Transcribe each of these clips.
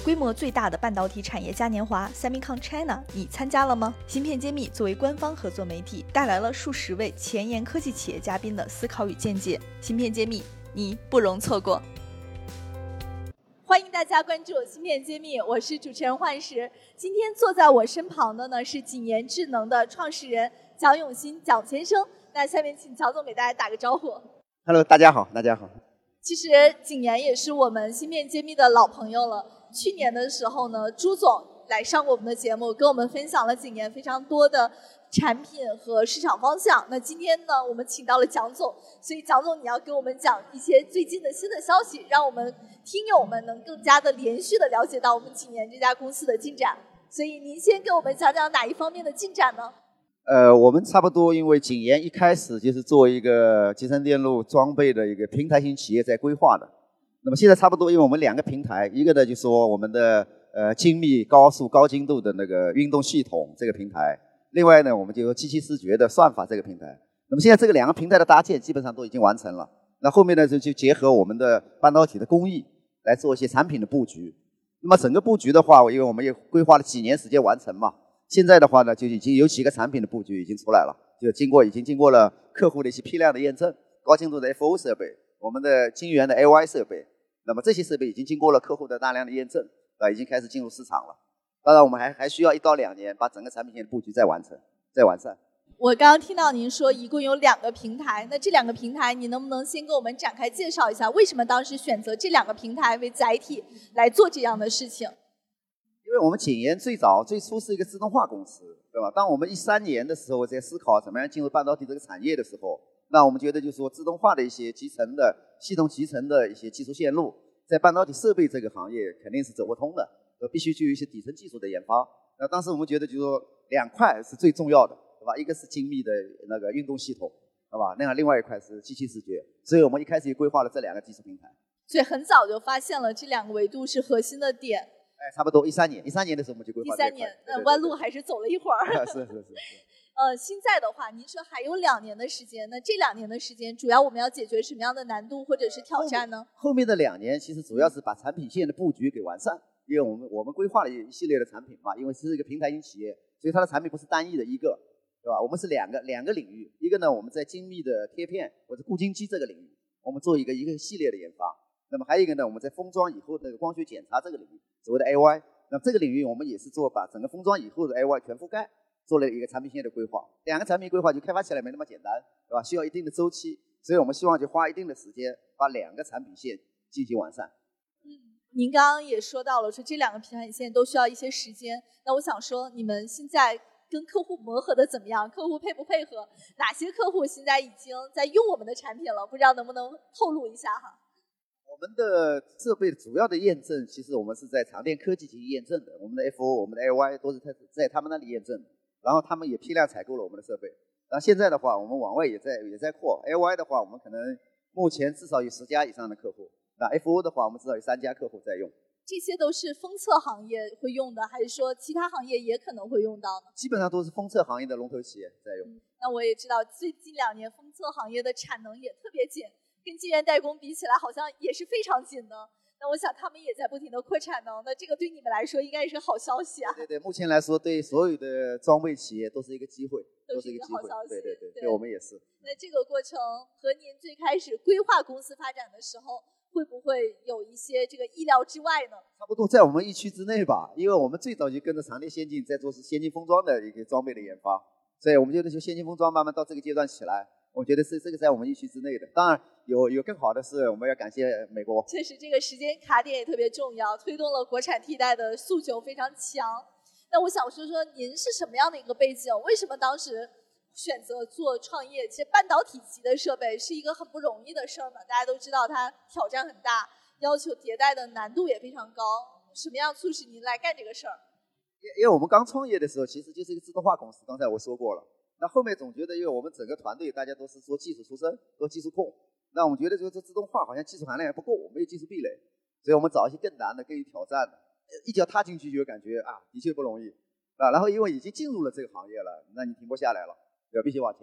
规模最大的半导体产业嘉年华 SEMICON China， 你参加了吗？芯片揭秘作为官方合作媒体，带来了数十位前沿科技企业嘉宾的思考与见解。芯片揭秘，你不容错过。欢迎大家关注芯片揭秘，我是主持人幻石。今天坐在我身旁的呢是谨言智能的创始人蒋永新蒋先生。那下面请蒋总给大家打个招呼。 Hello， 大家好，大家好。 其实谨言也是我们芯片揭秘的老朋友了。去年的时候呢，朱总来上过我们的节目，跟我们分享了谨言非常多的产品和市场方向。那今天呢，我们请到了蒋总，所以蒋总你要给我们讲一些最近的新的消息，让我们听友们能更加的连续的了解到我们谨言这家公司的进展。所以您先给我们讲讲哪一方面的进展呢？ 我们差不多因为谨言一开始就是做一个集成电路装备的一个平台型企业在规划的。那么现在差不多，因为我们两个平台，一个呢就是说我们的精密高速高精度的那个运动系统这个平台，另外呢我们就有机器视觉的算法这个平台。那么现在这个两个平台的搭建基本上都已经完成了。那后面呢就结合我们的半导体的工艺来做一些产品的布局。那么整个布局的话，因为我们也规划了几年时间完成嘛，现在的话呢就已经有几个产品的布局已经出来了，就已经经过了客户的一些批量的验证，高精度的 FO 设备，我们的晶圆的 AY 设备。那么这些设备已经经过了客户的大量的验证，已经开始进入市场了。当然我们还需要1到2年把整个产品线的布局再完善。 我刚刚听到您说一共有2个平台，那这2个平台你能不能先给我们展开介绍一下，为什么当时选择这2个平台为载体来做这样的事情？ 因为我们谨言最初是一个自动化公司，对吧？当我们13年的时候在思考怎么样进入半导体这个产业的时候，那我们觉得就是说自动化的一些系统集成的一些技术线路，在半导体设备这个行业肯定是走不通的，必须具有一些底层技术的研发。那当时我们觉得就是说2块是最重要的，对吧？一个是精密的那个运动系统，对吧？另外一块是机器视觉，所以我们一开始就规划了这2个技术平台。 所以很早就发现了这2个维度是核心的点。 差不多13年的时候我们就规划这一块。 13年，弯路还是走了一会儿。 是。 现在的话，您说还有2年的时间，那这2年的时间，主要我们要解决什么样的难度或者是挑战呢？ 后面的2年其实主要是把产品线的布局给完善，因为我们规划了一系列的产品嘛，因为是一个平台型企业，所以它的产品不是单一的一个，对吧？我们是两个领域，一个呢我们在精密的贴片或者固晶机这个领域，我们做一个系列的研发。那么还有一个呢，我们在封装以后的光学检查这个领域，所谓的 AY， 那么这个领域我们也是把整个封装以后的 AY 全覆盖。做了一个产品线的规划，2个产品规划就开发起来没那么简单，对吧？需要一定的周期，所以我们希望就花一定的时间把2个产品线进行完善。 您刚刚也说到了，说这2个产品线都需要一些时间。那我想说，你们现在跟客户磨合的怎么样？客户配不配合？哪些客户现在已经在用我们的产品了？不知道能不能透露一下哈？ 我们的设备主要的验证，其实我们是在长电科技进行验证的，我们的 FO、我们的 AY 都是在他们那里验证的。然后他们也批量采购了我们的设备，然后现在的话，我们往外也在扩。AY 的话，我们可能目前至少有10家以上的客户。那 FO 的话，我们至少有3家客户在用。 这些都是封测行业会用的，还是说其他行业也可能会用到呢？ 基本上都是封测行业的龙头企业在用。 那我也知道，最近2年封测行业的产能也特别紧，跟晶圆代工比起来，好像也是非常紧的。那我想他们也在不停的扩产能，那这个对你们来说应该是好消息啊。 对，目前来说对所有的装备企业都是一个机会， 都是一个好消息。 对我们也是。 那这个过程和您最开始规划公司发展的时候，会不会有一些这个意料之外呢？ 差不多在我们预期之内吧，因为我们最早就跟着长电先进在做先进封装的一个装备的研发，所以我们觉得就先进封装慢慢到这个阶段起来。我觉得这个在我们预期之内的，当然有更好的是，我们要感谢美国。 确实，这个时间卡点也特别重要，推动了国产替代的诉求非常强。那我想说说您是什么样的一个背景？为什么当时选择做创业？其实半导体级的设备是一个很不容易的事儿嘛，大家都知道它挑战很大，要求迭代的难度也非常高。什么样促使您来干这个事儿？ 因为我们刚创业的时候，其实就是一个自动化公司，刚才我说过了。那后面总觉得，因为我们整个团队大家都是做技术出身，做技术控，那我们觉得这自动化好像技术含量还不够，我们有技术壁垒，所以我们找一些更难的、更有挑战的，一脚踏进去就感觉啊，的确不容易啊。然后因为已经进入了这个行业了，那你停不下来了，必须往前走。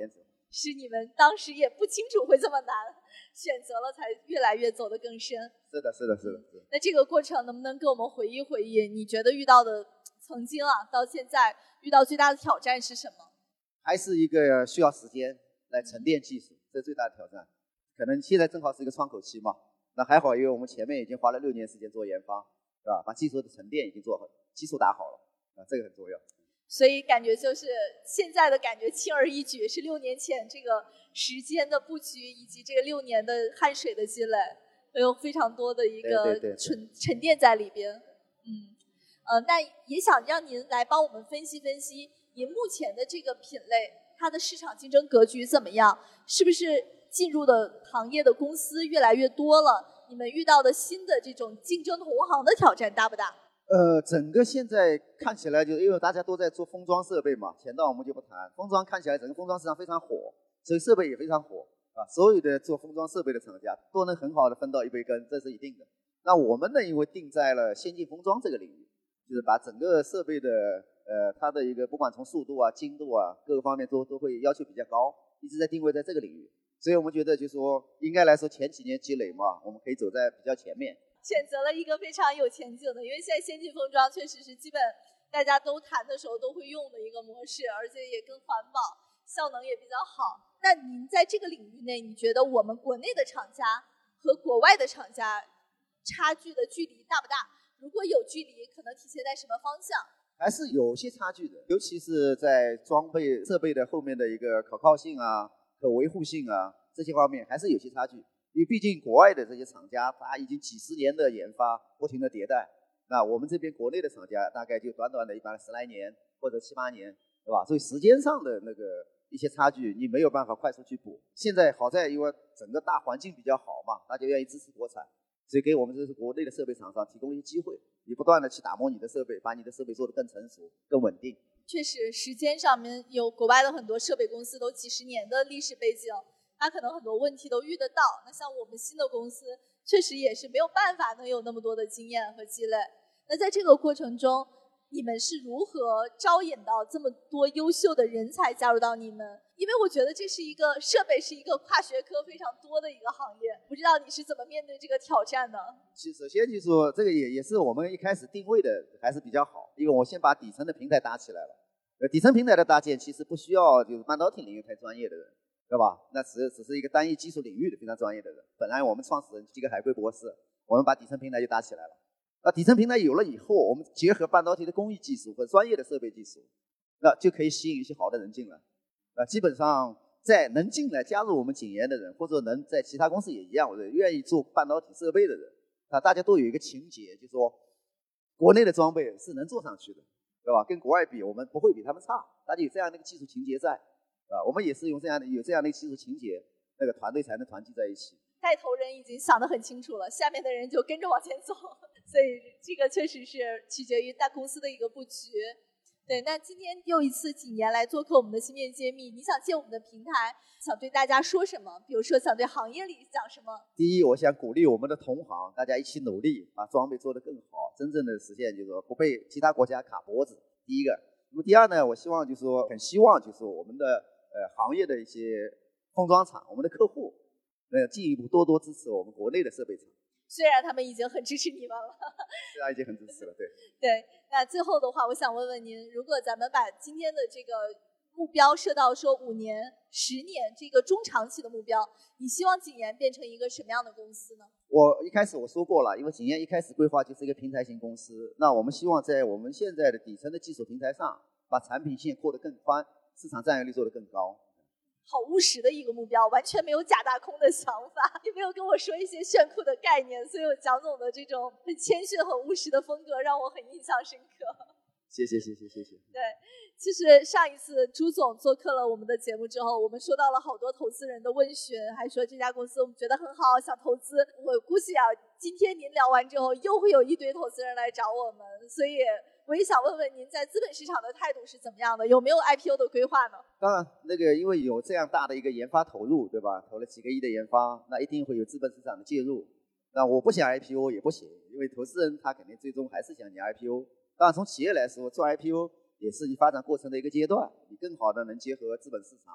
是你们当时也不清楚会这么难，选择了才越来越走得更深。 是的，是的，是的。 那这个过程能不能跟我们回忆回忆？你觉得遇到的曾经到现在遇到最大的挑战是什么？ 还是一个需要时间来沉淀技术，这是最大的挑战。可能现在正好是一个窗口期嘛，那还好，因为我们前面已经花了6年时间做研发，是吧？把技术的沉淀已经做好，基础打好了，这个很重要。 所以感觉就是现在的感觉轻而易举，是6年前这个时间的布局以及这个6年的汗水的积累，有非常多的一个沉淀在里边。那也想让您来帮我们分析分析您目前的这个品类，它的市场竞争格局怎么样？是不是进入的行业的公司越来越多了？你们遇到的新的这种竞争同行的挑战大不大？ 整个现在看起来，就是因为大家都在做封装设备嘛，前端我们就不谈。封装看起来整个封装市场非常火，所以设备也非常火啊。所有的做封装设备的厂家都能很好的分到一杯羹，这是一定的。那我们呢，因为定在了先进封装这个领域，就是把整个设备的它的一个不管从速度啊、精度啊各个方面都会要求比较高，一直在定位在这个领域。所以我们觉得就是说，应该来说前几年积累嘛，我们可以走在比较前面。 选择了一个非常有前景的，因为现在先进封装确实是基本大家都谈的时候都会用的一个模式，而且也更环保，效能也比较好。那您在这个领域内，你觉得我们国内的厂家和国外的厂家差距的距离大不大？如果有距离，可能体现在什么方向？ 还是有些差距的，尤其是在装备设备的后面的一个可靠性啊、可维护性啊这些方面，还是有些差距。因为毕竟国外的这些厂家，他已经几10年的研发，不停的迭代。那我们这边国内的厂家，大概就短短的一般10来年或者7、8年，对吧？所以时间上的那个一些差距，你没有办法快速去补。现在好在因为整个大环境比较好嘛，大家愿意支持国产，所以给我们这是国内的设备厂商提供了一些机会，你不断的去打磨你的设备，把你的设备做得更成熟、更稳定。 确实，时间上面有国外的很多设备公司都几10年的历史背景。他可能很多问题都遇得到，那像我们新的公司，确实也是没有办法能有那么多的经验和积累。那在这个过程中，你们是如何招引到这么多优秀的人才加入到你们？因为我觉得这是一个设备是一个跨学科非常多的一个行业，不知道你是怎么面对这个挑战的？ 其实首先就是说，这个也是我们一开始定位的还是比较好，因为我先把底层的平台搭起来了。底层平台的搭建其实不需要就是半导体领域太专业的人。对吧？那只是一个单一技术领域的非常专业的人。本来我们创始人几个海归博士，我们把底层平台就搭起来了。那底层平台有了以后，我们结合半导体的工艺技术和专业的设备技术，那就可以吸引一些好的人进来。基本上在能进来加入我们景研的人，或者能在其他公司也一样，或者愿意做半导体设备的人，大家都有一个情节，就是说国内的装备是能做上去的，对吧？跟国外比，我们不会比他们差，大家有这样的一个技术情节在。我们也是有这样的技术情节，那个团队才能团聚在一起。 带头人已经想得很清楚了，下面的人就跟着往前走，所以这个确实是取决于大公司的一个布局。对，那今天又一次景研来做客我们的芯片揭秘，你想借我们的平台，想对大家说什么？比如说想对行业里讲什么？ 第一，我想鼓励我们的同行，大家一起努力，把装备做得更好，真正的实现就是说不被其他国家卡脖子。第一个。那么第二呢，我希望就是说，很希望就是我们的行业的一些封装厂，我们的客户，进一步多支持我们国内的设备厂。 虽然他们已经很支持你们了， 虽然已经很支持了，对。 对，那最后的话，我想问问您，如果咱们把今天的这个目标设到说5年、10年这个中长期的目标，你希望景研变成一个什么样的公司呢？ 我一开始我说过了，因为景研一开始规划就是一个平台型公司，那我们希望在我们现在的底层的技术平台上，把产品线扩得更宽，市场占有率做得更高。 好务实的一个目标，完全没有假大空的想法，也没有跟我说一些炫酷的概念，所以我蒋总的这种很谦逊、很务实的风格让我很印象深刻。 谢谢。 对，其实上一次朱总做客了我们的节目之后，我们收到了好多投资人的问询，还说这家公司我们觉得很好，想投资。我估计今天您聊完之后，又会有一堆投资人来找我们，所以我也想问问您在资本市场的态度是怎么样的，有没有 IPO 的规划呢？ 当然，因为有这样大的一个研发投入，对吧？投了几个亿的研发，那一定会有资本市场的介入。那我不想 IPO 也不行，因为投资人他肯定最终还是想你 IPO。当然，从企业来说，做 IPO 也是你发展过程的一个阶段，你更好的能结合资本市场，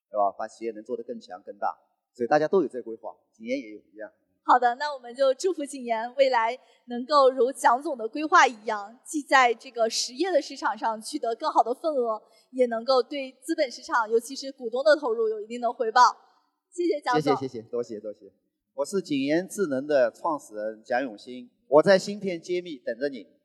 对吧？把企业能做得更强更大，所以大家都有这个规划，景研也有一样。 好的，那我们就祝福景研未来能够如蒋总的规划一样，既在这个实业的市场上取得更好的份额，也能够对资本市场，尤其是股东的投入有一定的回报。谢谢蒋总。 谢谢，多谢。我是景研智能的创始人蒋永新，我在芯片揭秘等着你。